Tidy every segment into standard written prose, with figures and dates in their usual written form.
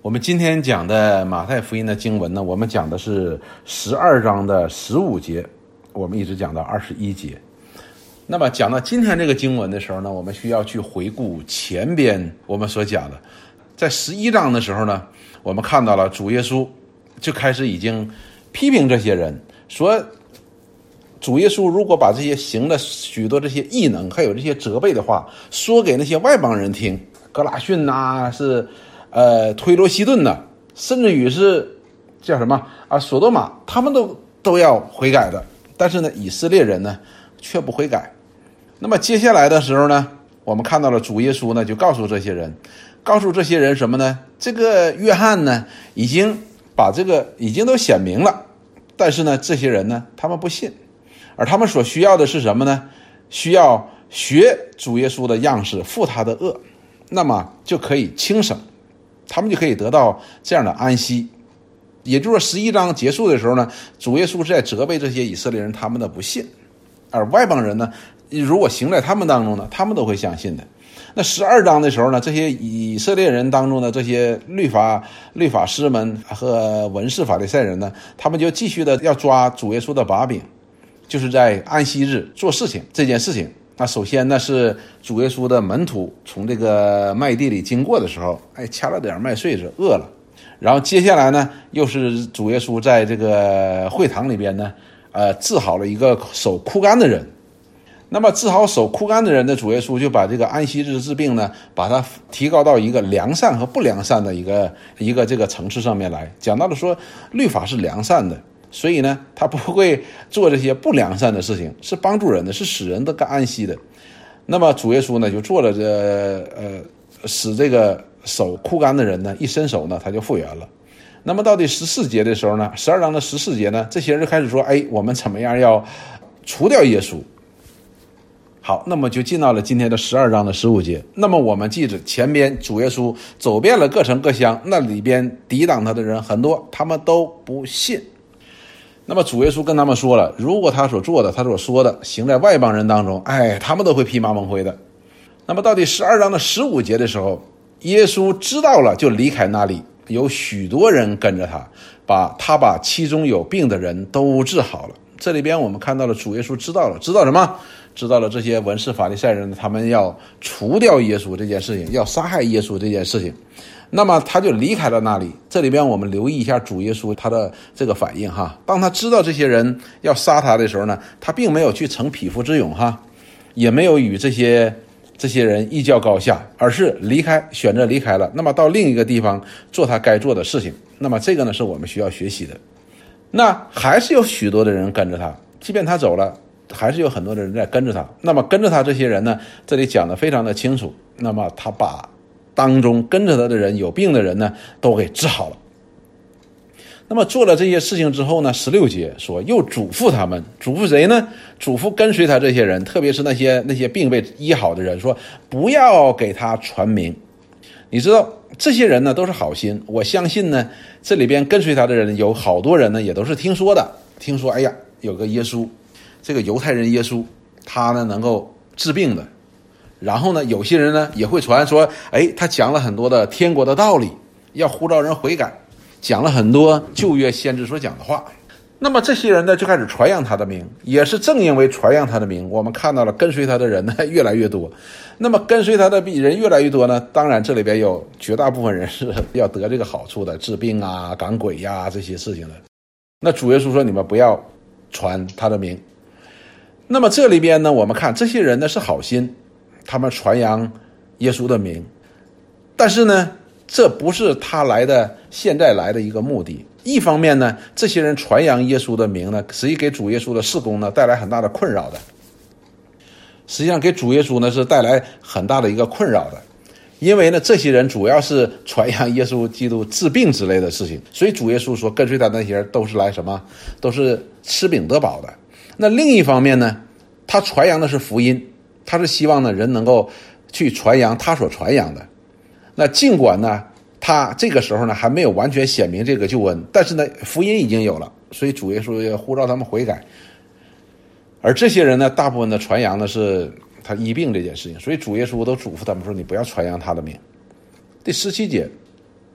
我们今天讲的马太福音的经文呢，我们讲的是12章的15节，我们一直讲到21节。那么讲到今天这个经文的时候呢，我们需要去回顾前边我们所讲的。在11章的时候呢，我们看到了主耶稣就开始已经批评这些人，说主耶稣如果把这些行了许多这些异能还有这些责备的话说给那些外邦人听，哥拉汛啊，是推罗西顿呐，甚至于是叫什么啊，索多玛，他们都要悔改的。但是呢，以色列人呢却不悔改。那么接下来的时候呢，我们看到了主耶稣呢就告诉这些人什么呢？这个约翰呢已经把这个已经都显明了，但是呢这些人呢他们不信，而他们所需要的是什么呢？需要学主耶稣的样式，负他的恶，那么就可以轻省，他们就可以得到这样的安息。也就是说11章结束的时候呢，主耶稣是在责备这些以色列人他们的不信，而外邦人呢如果行在他们当中呢，他们都会相信的。那12章的时候呢，这些以色列人当中的这些律法师们和文士法利赛人呢，他们就继续的要抓主耶稣的把柄，就是在安息日做事情这件事情。那首先呢是主耶稣的门徒从这个麦地里经过的时候，掐了点麦穗子，饿了。然后接下来呢，又是主耶稣在这个会堂里边呢，治好了一个手枯干的人。那么治好手枯干的人的主耶稣就把这个安息日治病呢，把它提高到一个良善和不良善的一个这个层次上面来。讲到了说律法是良善的，所以呢他不会做这些不良善的事情，是帮助人的，是使人的安息的。那么主耶稣呢就做了使这个手枯干的人呢一伸手呢他就复原了。那么到第14节的时候呢，12章的14节呢，这些人就开始说，我们怎么样要除掉耶稣。好，那么就进到了今天的12章的15节。那么我们记着，前边主耶稣走遍了各城各乡，那里边抵挡他的人很多，他们都不信。那么主耶稣跟他们说了，如果他所做的他所说的行在外邦人当中，他们都会披麻蒙灰的。那么到第12章的15节的时候，耶稣知道了，就离开那里，有许多人跟着他，把其中有病的人都治好了。这里边我们看到了主耶稣知道什么？知道了这些文士法利赛人他们要除掉耶稣这件事情，要杀害耶稣这件事情。那么他就离开了那里。这里边我们留意一下主耶稣他的这个反应哈。当他知道这些人要杀他的时候呢，他并没有去逞匹夫之勇哈，也没有与这些人一较高下，而是选择离开了。那么到另一个地方做他该做的事情。那么这个呢是我们需要学习的。那还是有许多的人跟着他，即便他走了，还是有很多的人在跟着他。那么跟着他这些人呢，这里讲得非常的清楚。那么他把当中跟着他的人有病的人呢都给治好了。那么做了这些事情之后呢，16节说又嘱咐他们，嘱咐谁呢？嘱咐跟随他这些人，特别是那些病被医好的人，说不要给他传名。你知道这些人呢都是好心，我相信呢这里边跟随他的人有好多人呢也都是听说有个耶稣，这个犹太人耶稣，他呢能够治病的。然后呢有些人呢也会传说，他讲了很多的天国的道理，要呼召人悔改，讲了很多旧约先知所讲的话。那么这些人呢就开始传扬他的名，也是正因为传扬他的名，我们看到了跟随他的人呢越来越多。那么跟随他的人越来越多呢，当然这里边有绝大部分人是要得这个好处的，治病啊、赶鬼呀这些事情的。那主耶稣说你们不要传他的名。那么这里边呢我们看这些人呢是好心，他们传扬耶稣的名，但是呢这不是他现在来的一个目的。一方面呢，这些人传扬耶稣的名呢，实际给主耶稣的事工呢带来很大的困扰的。实际上给主耶稣呢是带来很大的一个困扰的，因为呢这些人主要是传扬耶稣基督治病之类的事情，所以主耶稣说跟随他那些人都是来什么？都是吃饼得饱的。那另一方面呢，他传扬的是福音，他是希望呢人能够去传扬他所传扬的。那尽管呢他这个时候呢还没有完全显明这个救恩，但是呢福音已经有了，所以主耶稣要呼召他们悔改。而这些人呢大部分的传扬的是他医病这件事情，所以主耶稣都嘱咐他们说你不要传扬他的名。第17节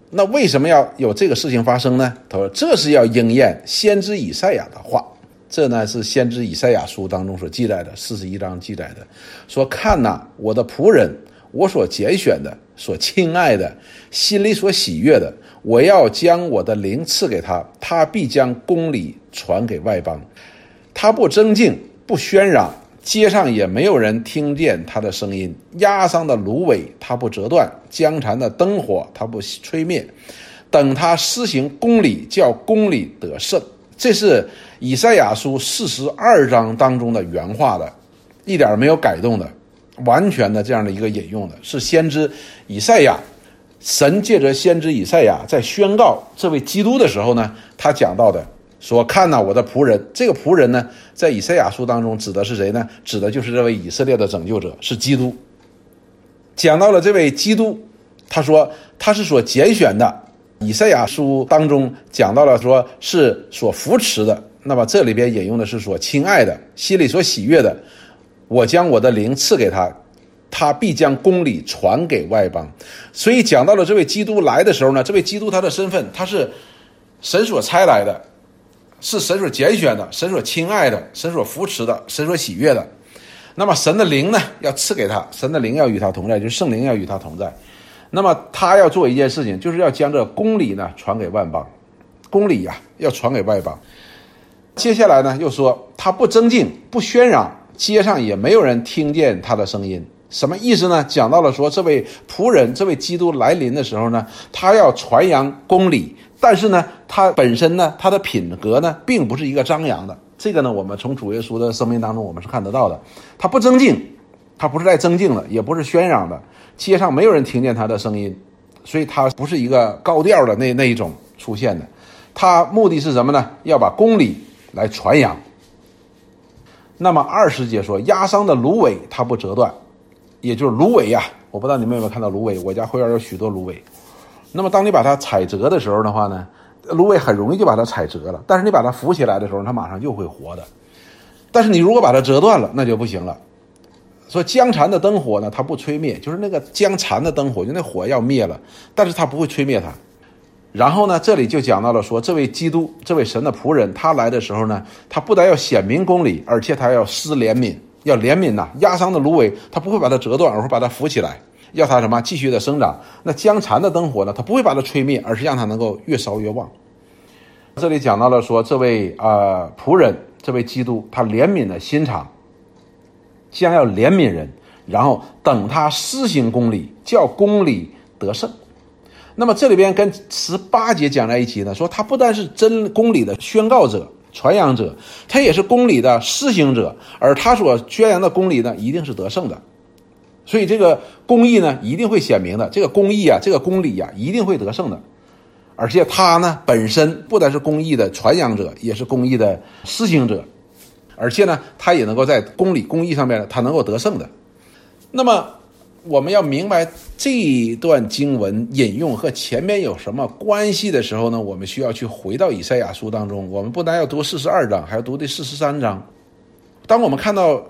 那为什么要有这个事情发生呢？他说这是要应验先知以赛亚的话。这呢是先知以赛亚书当中所记载的41章记载的，说看哪，我的仆人，我所拣选的，所亲爱的，心里所喜悦的，我要将我的灵赐给他，他必将公理传给外邦。他不争竞，不喧嚷，街上也没有人听见他的声音。压伤的芦苇他不折断，将残的灯火他不吹灭，等他施行公理，叫公理得胜。这是以赛亚书42章当中的原话的，一点没有改动的，完全的这样的一个引用的，是先知以赛亚，神借着先知以赛亚在宣告这位基督的时候呢，他讲到的，说看哪，我的仆人。这个仆人呢，在以赛亚书当中指的是谁呢？指的就是这位以色列的拯救者，是基督。讲到了这位基督，他说他是所拣选的，以赛亚书当中讲到了说是所扶持的，那么这里边引用的是所亲爱的，心里所喜悦的，我将我的灵赐给他，他必将公理传给外邦。所以讲到了这位基督来的时候呢，这位基督他的身份，他是神所差来的，是神所拣选的，神所亲爱的，神所扶持的，神所喜悦的。那么神的灵呢要赐给他，神的灵要与他同在，就是圣灵要与他同在。那么他要做一件事情，就是要将这公理呢传给万邦，公理要传给外邦。接下来呢又说他不争竞，不喧嚷，街上也没有人听见他的声音。什么意思呢？讲到了说这位仆人，这位基督来临的时候呢，他要传扬公理，但是呢他本身呢，他的品格呢并不是一个张扬的。这个呢我们从主耶稣的生命当中我们是看得到的。他不争竞，他不是在争竞的，也不是喧嚷的，街上没有人听见他的声音，所以他不是一个高调的那一种出现的。他目的是什么呢？要把公理来传扬。那么20节说压伤的芦苇它不折断，也就是芦苇我不知道你们有没有看到芦苇，我家后院有许多芦苇。那么当你把它采折的时候的话呢，芦苇很容易就把它采折了，但是你把它扶起来的时候它马上就会活的。但是你如果把它折断了那就不行了。说将残的灯火呢它不吹灭，就是那个将残的灯火，就那火要灭了，但是它不会吹灭它。然后呢这里就讲到了说这位基督，这位神的仆人，他来的时候呢，他不但要显明公理，而且他要施怜悯，要怜悯压伤的芦苇他不会把它折断，而会把它扶起来，要它什么继续的生长。那将残的灯火呢他不会把它吹灭，而是让它能够越烧越旺。这里讲到了说这位仆人，这位基督，他怜悯的心肠，将要怜悯人，然后等他施行公理，叫公理得胜。那么这里边跟18节讲在一起呢，说他不但是真公理的宣告者传扬者，他也是公理的施行者，而他所宣扬的公理呢一定是得胜的。所以这个公义呢一定会显明的，这个公义这个公理一定会得胜的。而且他呢本身不但是公义的传扬者，也是公义的施行者，而且呢他也能够在公理公义上面他能够得胜的。那么我们要明白这一段经文引用和前面有什么关系的时候呢，我们需要去回到以赛亚书当中。我们不但要读42章，还要读第43章。当我们看到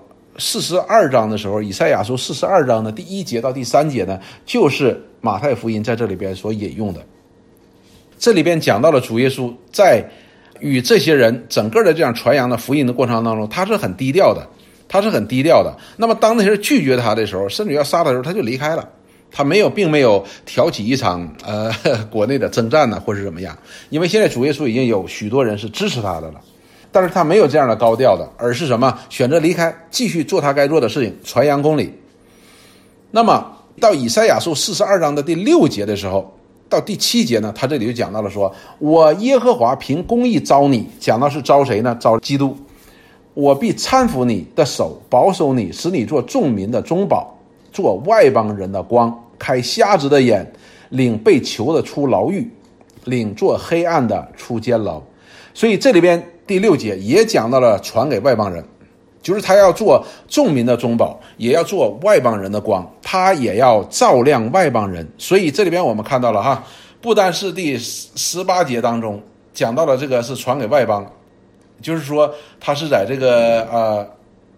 42章的时候，以赛亚书42章的第1节到第3节呢，就是马太福音在这里边所引用的。这里边讲到了主耶稣在与这些人整个的这样传扬的福音的过程当中，他是很低调的，那么当那些人拒绝他的时候，甚至要杀他的时候，他就离开了。他并没有挑起一场国内的征战或是怎么样，因为现在主耶稣已经有许多人是支持他的了，但是他没有这样的高调的，而是什么？选择离开，继续做他该做的事情，传扬公理。那么到以赛亚书42章的第6节的时候，到第7节呢，他这里就讲到了说，我耶和华凭公义招你，讲到是招谁呢？招基督。我必搀扶你的手，保守你，使你做众民的中保，做外邦人的光，开瞎子的眼，领被囚的出牢狱，领做黑暗的出监牢。所以这里边第6节也讲到了传给外邦人，就是他要做众民的中保，也要做外邦人的光，他也要照亮外邦人。所以这里边我们看到了不单是第18节当中讲到了这个是传给外邦，就是说他是在这个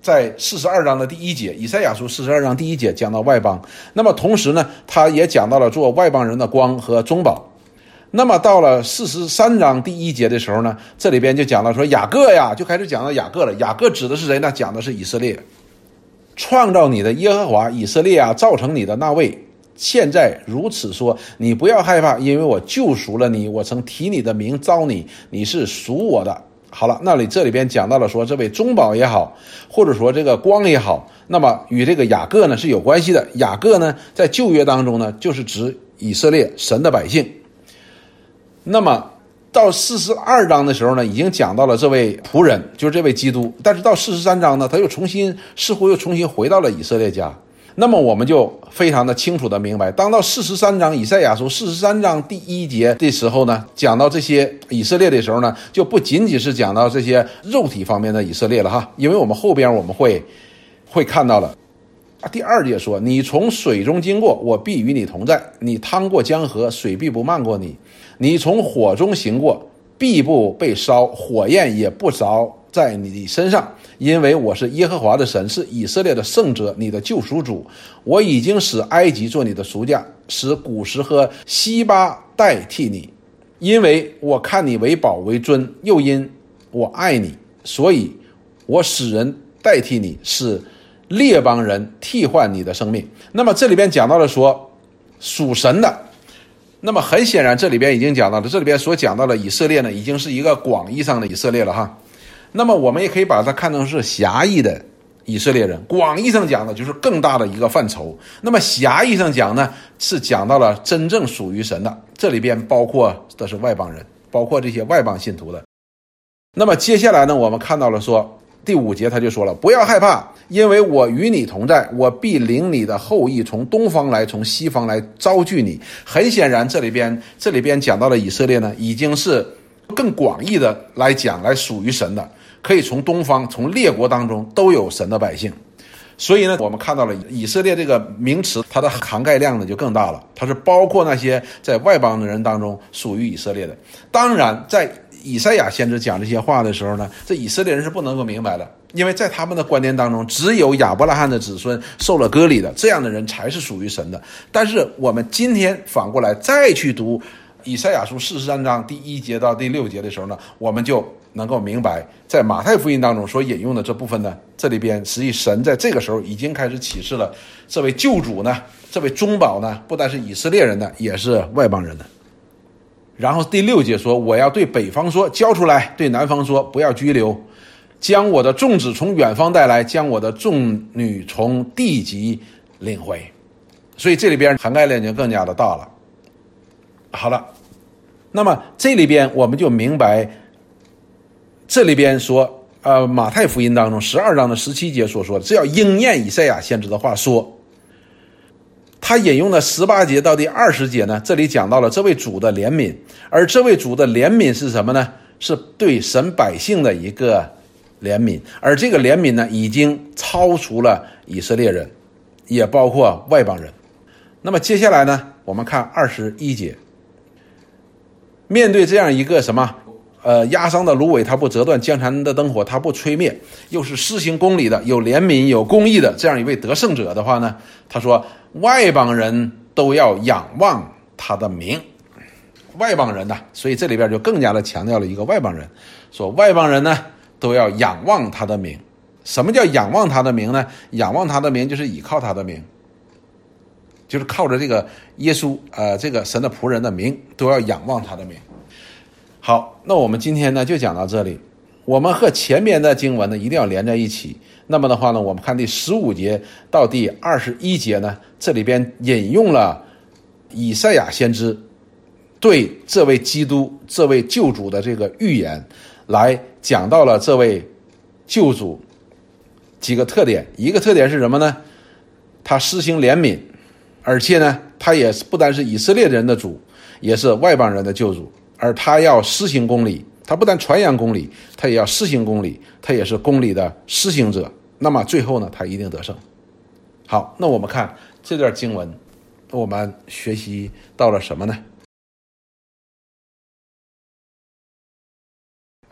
在42章的第1节，以赛亚书42章第1节讲到外邦，那么同时呢，他也讲到了做外邦人的光和中保。那么到了43章第1节的时候呢，这里边就讲到说雅各呀，就开始讲到雅各了。雅各指的是谁呢？讲的是以色列，创造你的耶和华，以色列啊，造成你的那位，现在如此说，你不要害怕，因为我救赎了你，我曾提你的名召你，你是属我的。好了，这里边讲到了说这位中保也好，或者说这个光也好，那么与这个雅各呢是有关系的。雅各呢在旧约当中呢就是指以色列神的百姓。那么到42章的时候呢，已经讲到了这位仆人，就是这位基督。但是到43章呢，他似乎又重新回到了以色列家。那么我们就非常的清楚的明白，当到43章以赛亚书43章第1节的时候呢，讲到这些以色列的时候呢，就不仅仅是讲到这些肉体方面的以色列了哈，因为我们后边我们会看到了。第2节说，你从水中经过，我必与你同在，你趟过江河，水必不漫过你，你从火中行过，必不被烧，火焰也不着在你身上，因为我是耶和华的神，是以色列的圣者，你的救赎主。我已经使埃及做你的赎价，使古时和西巴代替你，因为我看你为宝为尊，又因我爱你，所以我使人代替你，使列邦人替换你的生命。那么这里边讲到了说属神的，那么很显然这里边已经讲到了，这里边所讲到的以色列呢，已经是一个广义上的以色列了哈。那么我们也可以把它看成是狭义的以色列人，广义上讲的就是更大的一个范畴，那么狭义上讲呢，是讲到了真正属于神的，这里边包括的是外邦人，包括这些外邦信徒的。那么接下来呢，我们看到了说第5节他就说了，不要害怕，因为我与你同在，我必领你的后裔从东方来，从西方来招聚你。很显然这里边讲到了以色列呢，已经是更广义的来讲，来属于神的，可以从东方从列国当中都有神的百姓。所以呢，我们看到了以色列这个名词，它的涵盖量呢就更大了，它是包括那些在外邦的人当中属于以色列的。当然在以赛亚先知讲这些话的时候呢，这以色列人是不能够明白的，因为在他们的观念当中，只有亚伯拉罕的子孙受了割礼的这样的人才是属于神的。但是我们今天反过来再去读以赛亚书43章第1节到第6节的时候呢，我们就能够明白，在马太福音当中所引用的这部分呢，这里边实际神在这个时候已经开始启示了这位救主呢，这位中保呢，不但是以色列人的，也是外邦人的。然后第6节说，我要对北方说，交出来，对南方说，不要拘留，将我的众子从远方带来，将我的众女从地极领回。所以这里边涵盖量就更加的大了。好了，那么这里边我们就明白，这里边说马太福音当中12章的17节所说的，这要应验以赛亚先知的话说。他引用的18节到第20节呢，这里讲到了这位主的怜悯，而这位主的怜悯是什么呢？是对神百姓的一个怜悯，而这个怜悯呢，已经超出了以色列人，也包括外邦人。那么接下来呢，我们看21节，面对这样一个什么压伤的芦苇它不折断，将残的灯火它不吹灭，又是施行公理的，有怜悯有公义的这样一位得胜者的话呢，他说外邦人都要仰望他的名。外邦人呢，所以这里边就更加的强调了一个外邦人，说外邦人呢都要仰望他的名。什么叫仰望他的名呢？仰望他的名就是倚靠他的名，就是靠着这个耶稣这个神的仆人的名，都要仰望他的名。好，那我们今天呢就讲到这里，我们和前面的经文呢一定要连在一起。那么的话呢，我们看第15节到第21节呢，这里边引用了以赛亚先知对这位基督这位救主的这个预言，来讲到了这位救主几个特点。一个特点是什么呢？他施行怜悯，而且呢他也不单是以色列人的主，也是外邦人的救主。而他要施行公理，他不但传扬公理，他也要施行公理，他也是公理的施行者。那么最后呢，他一定得胜。好，那我们看这段经文，我们学习到了什么呢？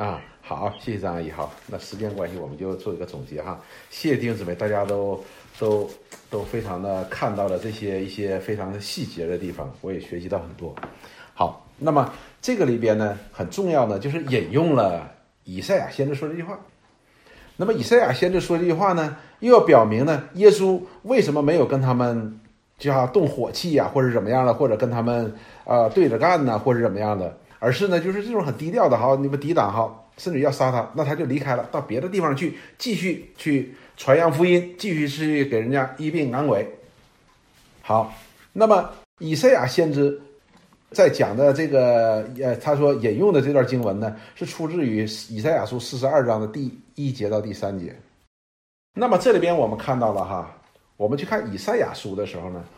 好，谢谢张阿姨。好，那时间关系，我们就做一个总结哈。谢谢弟兄姊妹，大家都非常的看到了一些非常的细节的地方，我也学习到很多。好，那么这个里边呢，很重要呢，就是引用了以赛亚先知说这句话。那么以赛亚先知说这句话呢，又要表明呢，耶稣为什么没有跟他们就要动火气呀，或者怎么样的，或者跟他们对着干呢，或者怎么样的，而是呢，就是这种很低调的，好，你们抵挡好，甚至要杀他，那他就离开了，到别的地方去，继续去传扬福音，继续去给人家医病赶鬼。好，那么以赛亚先知在讲的这个他说引用的这段经文呢，是出自于以赛亚书42章的第1节到第3节。那么这里边我们看到了哈，我们去看以赛亚书的时候呢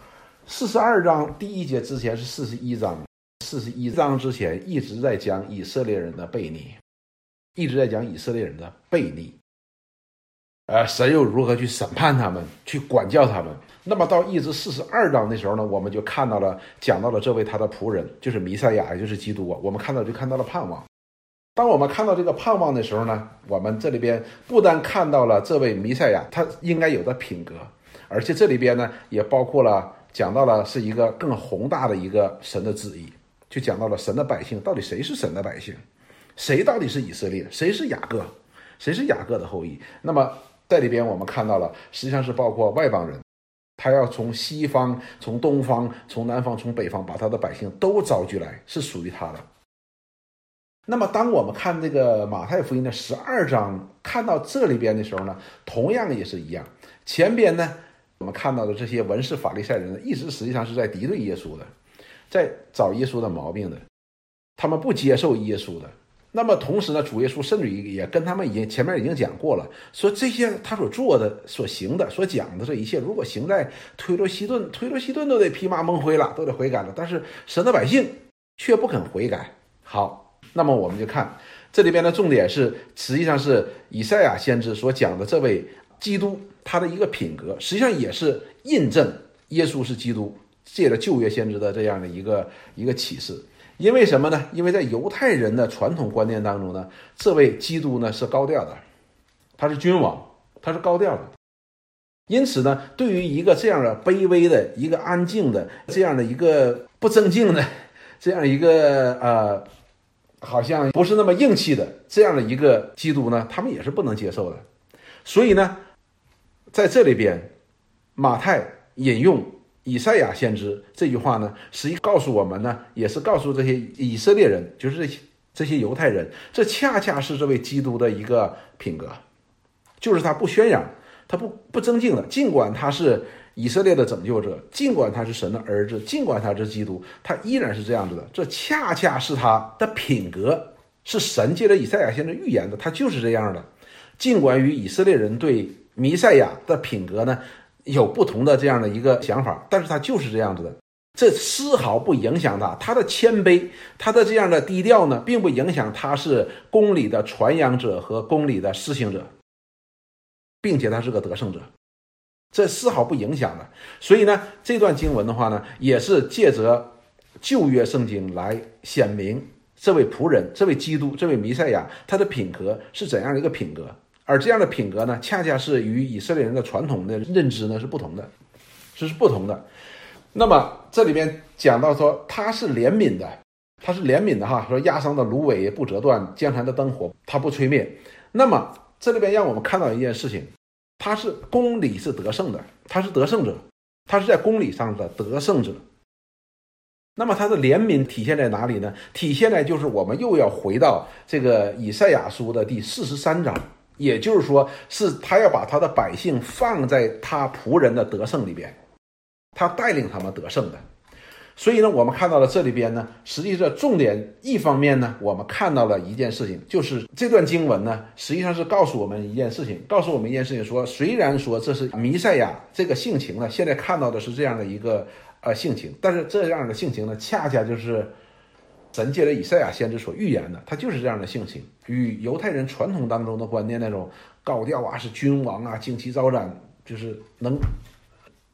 ，42章第1节之前是41章，41章之前一直在讲以色列人的悖逆，一直在讲以色列人的悖逆，神又如何去审判他们，去管教他们。那么到一直42章的时候呢，我们就看到了，讲到了这位他的仆人，就是弥赛亚，也就是基督啊。我们看到了盼望。当我们看到这个盼望的时候呢，我们这里边不单看到了这位弥赛亚他应该有的品格，而且这里边呢也包括了讲到了是一个更宏大的一个神的旨意，就讲到了神的百姓到底谁是神的百姓，谁到底是以色列，谁是雅各，谁是雅各的后裔。那么在里边我们看到了，实际上是包括外邦人，他要从西方、从东方、从南方、从北方，把他的百姓都招聚来，是属于他的。那么当我们看这个马太福音的12章，看到这里边的时候呢，同样也是一样。前边呢，我们看到的这些文士法利赛人呢，一直实际上是在敌对耶稣的，在找耶稣的毛病的，他们不接受耶稣的。那么同时呢，主耶稣甚至也跟他们前面已经讲过了，说这些他所做的、所行的、所讲的这一切，如果行在推罗西顿都得披麻蒙灰了，都得悔改了，但是神的百姓却不肯悔改。好，那么我们就看这里边的重点是，实际上是以赛亚先知所讲的这位基督他的一个品格，实际上也是印证耶稣是基督，借着旧约先知的这样的一个启示。因为什么呢？因为在犹太人的传统观念当中呢，这位基督呢是高调的，他是君王，他是高调的。因此呢，对于一个这样的卑微的、一个安静的、这样的一个不争竞的、这样一个好像不是那么硬气的这样的一个基督呢，他们也是不能接受的。所以呢，在这里边，马太引用以赛亚先知这句话呢，实际告诉我们呢，也是告诉这些以色列人，就是这些犹太人，这恰恰是这位基督的一个品格，就是他不宣扬，他不争竞的，尽管他是以色列的拯救者，尽管他是神的儿子，尽管他是基督，他依然是这样子的。这恰恰是他的品格，是神借着以赛亚先知预言的，他就是这样的。尽管与以色列人对弥赛亚的品格呢有不同的这样的一个想法，但是他就是这样子的，这丝毫不影响他的谦卑，他的这样的低调呢，并不影响他是公理的传扬者和公理的施行者，并且他是个得胜者，这丝毫不影响的。所以呢，这段经文的话呢，也是借着旧约圣经来显明这位仆人、这位基督、这位弥赛亚他的品格是怎样的一个品格。而这样的品格呢，恰恰是与以色列人的传统的认知呢是不同的，是不同的。那么这里边讲到说他是怜悯的，他是怜悯的哈，说压伤的芦苇不折断，江残的灯火他不吹灭。那么这里边让我们看到一件事情，他是公理是得胜的，他是得胜者，他是在公理上的得胜者。那么他的怜悯体现在哪里呢？体现在就是我们又要回到这个以赛亚书的第43章，也就是说是他要把他的百姓放在他仆人的得胜里边，他带领他们得胜的。所以呢，我们看到了这里边呢，实际上重点一方面呢，我们看到了一件事情，就是这段经文呢，实际上是告诉我们一件事情，说，虽然说这是弥赛亚这个性情呢，现在看到的是这样的一个性情，但是这样的性情呢，恰恰就是神借着以赛亚先知所预言的，他就是这样的性情，与犹太人传统当中的观念那种高调啊，是君王啊，旌旗招展，就是能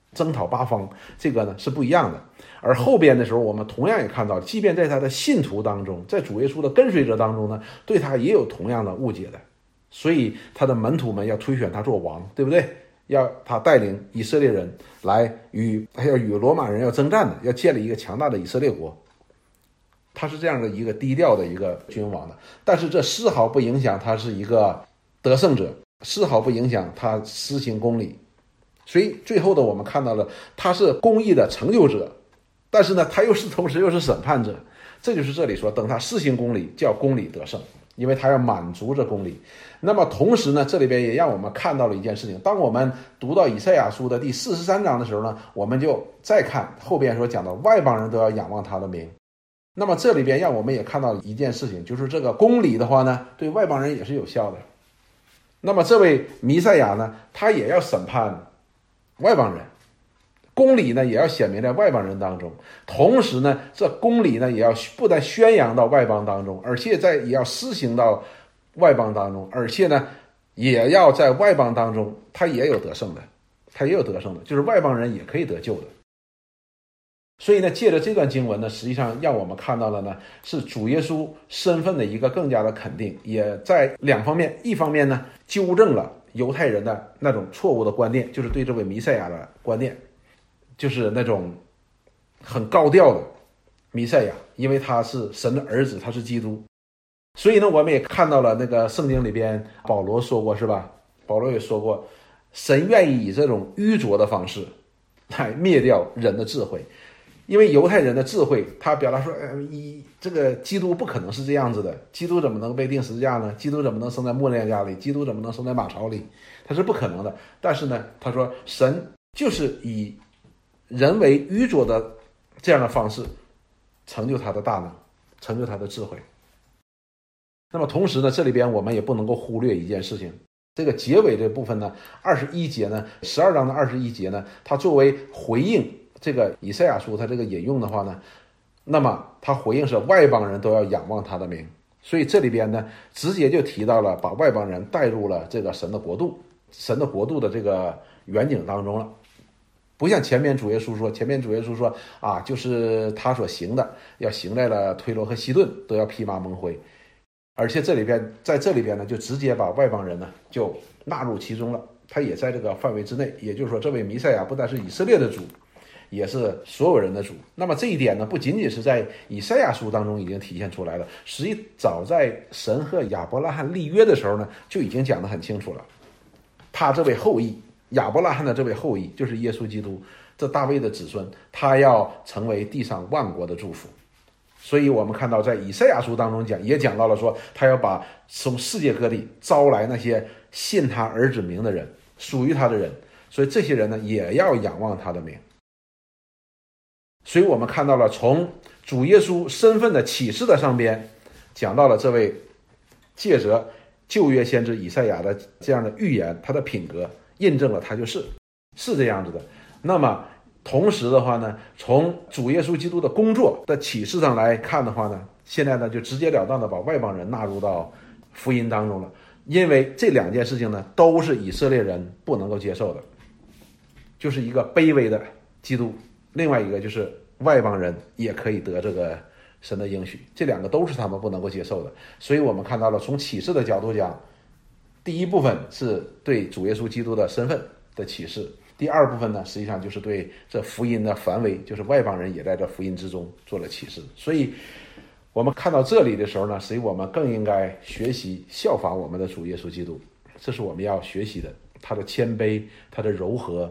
征讨八方，这个呢是不一样的。而后边的时候，我们同样也看到，即便在他的信徒当中，在主耶稣的跟随者当中呢，对他也有同样的误解的。所以他的门徒们要推选他做王，对不对？要他带领以色列人来要与罗马人要征战的，要建立一个强大的以色列国。他是这样的一个低调的一个君王的，但是这丝毫不影响他是一个得胜者，丝毫不影响他施行公理。所以最后的我们看到了，他是公义的成就者，但是呢，他同时又是审判者。这就是这里说，等他施行公理，叫公理得胜，因为他要满足这公理。那么同时呢，这里边也让我们看到了一件事情。当我们读到以赛亚书的第43章的时候呢，我们就再看后边说讲到外邦人都要仰望他的名。那么这里边让我们也看到一件事情，就是这个公理的话呢，对外邦人也是有效的。那么这位弥赛亚呢，他也要审判外邦人，公理呢也要显明在外邦人当中，同时呢，这公理呢也要不但宣扬到外邦当中，而且也要施行到外邦当中，而且呢也要在外邦当中他也有得胜的，就是外邦人也可以得救的。所以呢，借着这段经文呢，实际上让我们看到了呢，是主耶稣身份的一个更加的肯定，也在两方面，一方面呢，纠正了犹太人的那种错误的观念，就是对这位弥赛亚的观念，就是那种很高调的弥赛亚，因为他是神的儿子，他是基督。所以呢，我们也看到了那个圣经里边保罗说过，是吧？保罗也说过，神愿意以这种愚拙的方式来灭掉人的智慧。因为犹太人的智慧，他表达说，这个基督不可能是这样子的，基督怎么能被钉十字架呢？基督怎么能生在磨亮家里？基督怎么能生在马槽里？他是不可能的。但是呢，他说神就是以人为愚拙的这样的方式成就他的大能，成就他的智慧。那么同时呢，这里边我们也不能够忽略一件事情，这个结尾这部分呢，21节呢，12章的21节呢，它作为回应这个以赛亚书他这个引用的话呢，那么他回应是外邦人都要仰望他的名，所以这里边呢直接就提到了把外邦人带入了这个神的国度的这个远景当中了。不像前面主耶稣说啊，就是他所行的要行在了推罗和西顿，都要披麻蒙灰，而且在这里边呢就直接把外邦人呢就纳入其中了，他也在这个范围之内。也就是说，这位弥赛亚不但是以色列的主，也是所有人的主。那么这一点呢，不仅仅是在以赛亚书当中已经体现出来了，实际早在神和亚伯拉罕立约的时候呢，就已经讲得很清楚了。他这位后裔，亚伯拉罕的这位后裔，就是耶稣基督，这大卫的子孙，他要成为地上万国的祝福。所以我们看到在以赛亚书当中也讲到了说，他要把从世界各地招来那些信他儿子名的人，属于他的人，所以这些人呢也要仰望他的名。所以我们看到了从主耶稣身份的启示的上边，讲到了这位借着旧约先知以赛亚的这样的预言，他的品格印证了他是这样子的。那么同时的话呢，从主耶稣基督的工作的启示上来看的话呢，现在呢就直截了当的把外邦人纳入到福音当中了，因为这两件事情呢都是以色列人不能够接受的，就是一个卑微的基督，另外一个就是外邦人也可以得这个神的应许，这两个都是他们不能够接受的。所以我们看到了从启示的角度讲，第一部分是对主耶稣基督的身份的启示，第二部分呢实际上就是对这福音的范围，就是外邦人也在这福音之中做了启示。所以我们看到这里的时候呢，实际我们更应该学习效法我们的主耶稣基督，这是我们要学习的，他的谦卑，他的柔和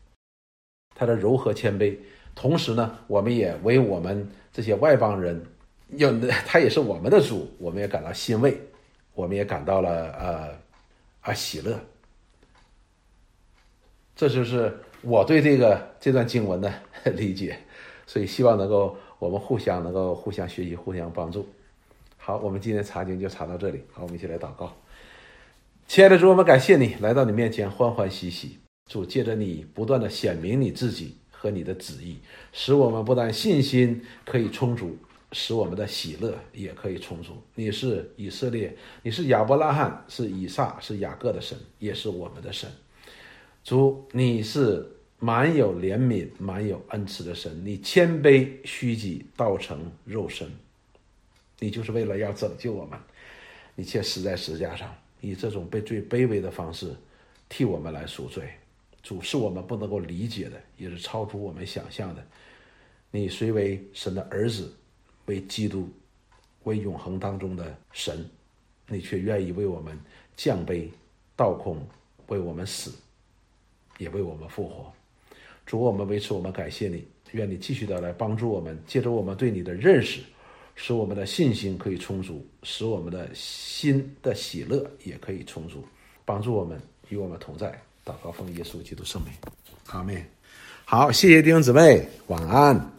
谦卑。同时呢，我们也为我们这些外邦人，他也是我们的主，我们也感到欣慰，我们也感到了喜乐。这就是我对这段经文的理解，所以希望我们能够互相学习，互相帮助。好，我们今天查经就查到这里。好，我们一起来祷告。亲爱的主，我们感谢你来到你面前欢欢喜喜。主，借着你不断的显明你自己和你的旨意，使我们不但信心可以充足，使我们的喜乐也可以充足。你是以色列，你是亚伯拉罕，是以撒，是雅各的神，也是我们的神。主，你是满有怜悯、满有恩慈的神，你谦卑虚己，道成肉身，你就是为了要拯救我们，你却死在十字架上，以这种最卑微的方式替我们来赎罪。主，是我们不能够理解的，也是超出我们想象的。你虽为神的儿子，为基督，为永恒当中的神，你却愿意为我们降卑倒空，为我们死，也为我们复活。主，我们为此我们感谢你，愿你继续的来帮助我们，借着我们对你的认识，使我们的信心可以充足，使我们的心的喜乐也可以充足，帮助我们，与我们同在。祷告奉耶稣基督圣名，阿们。好，谢谢弟兄姊妹，晚安。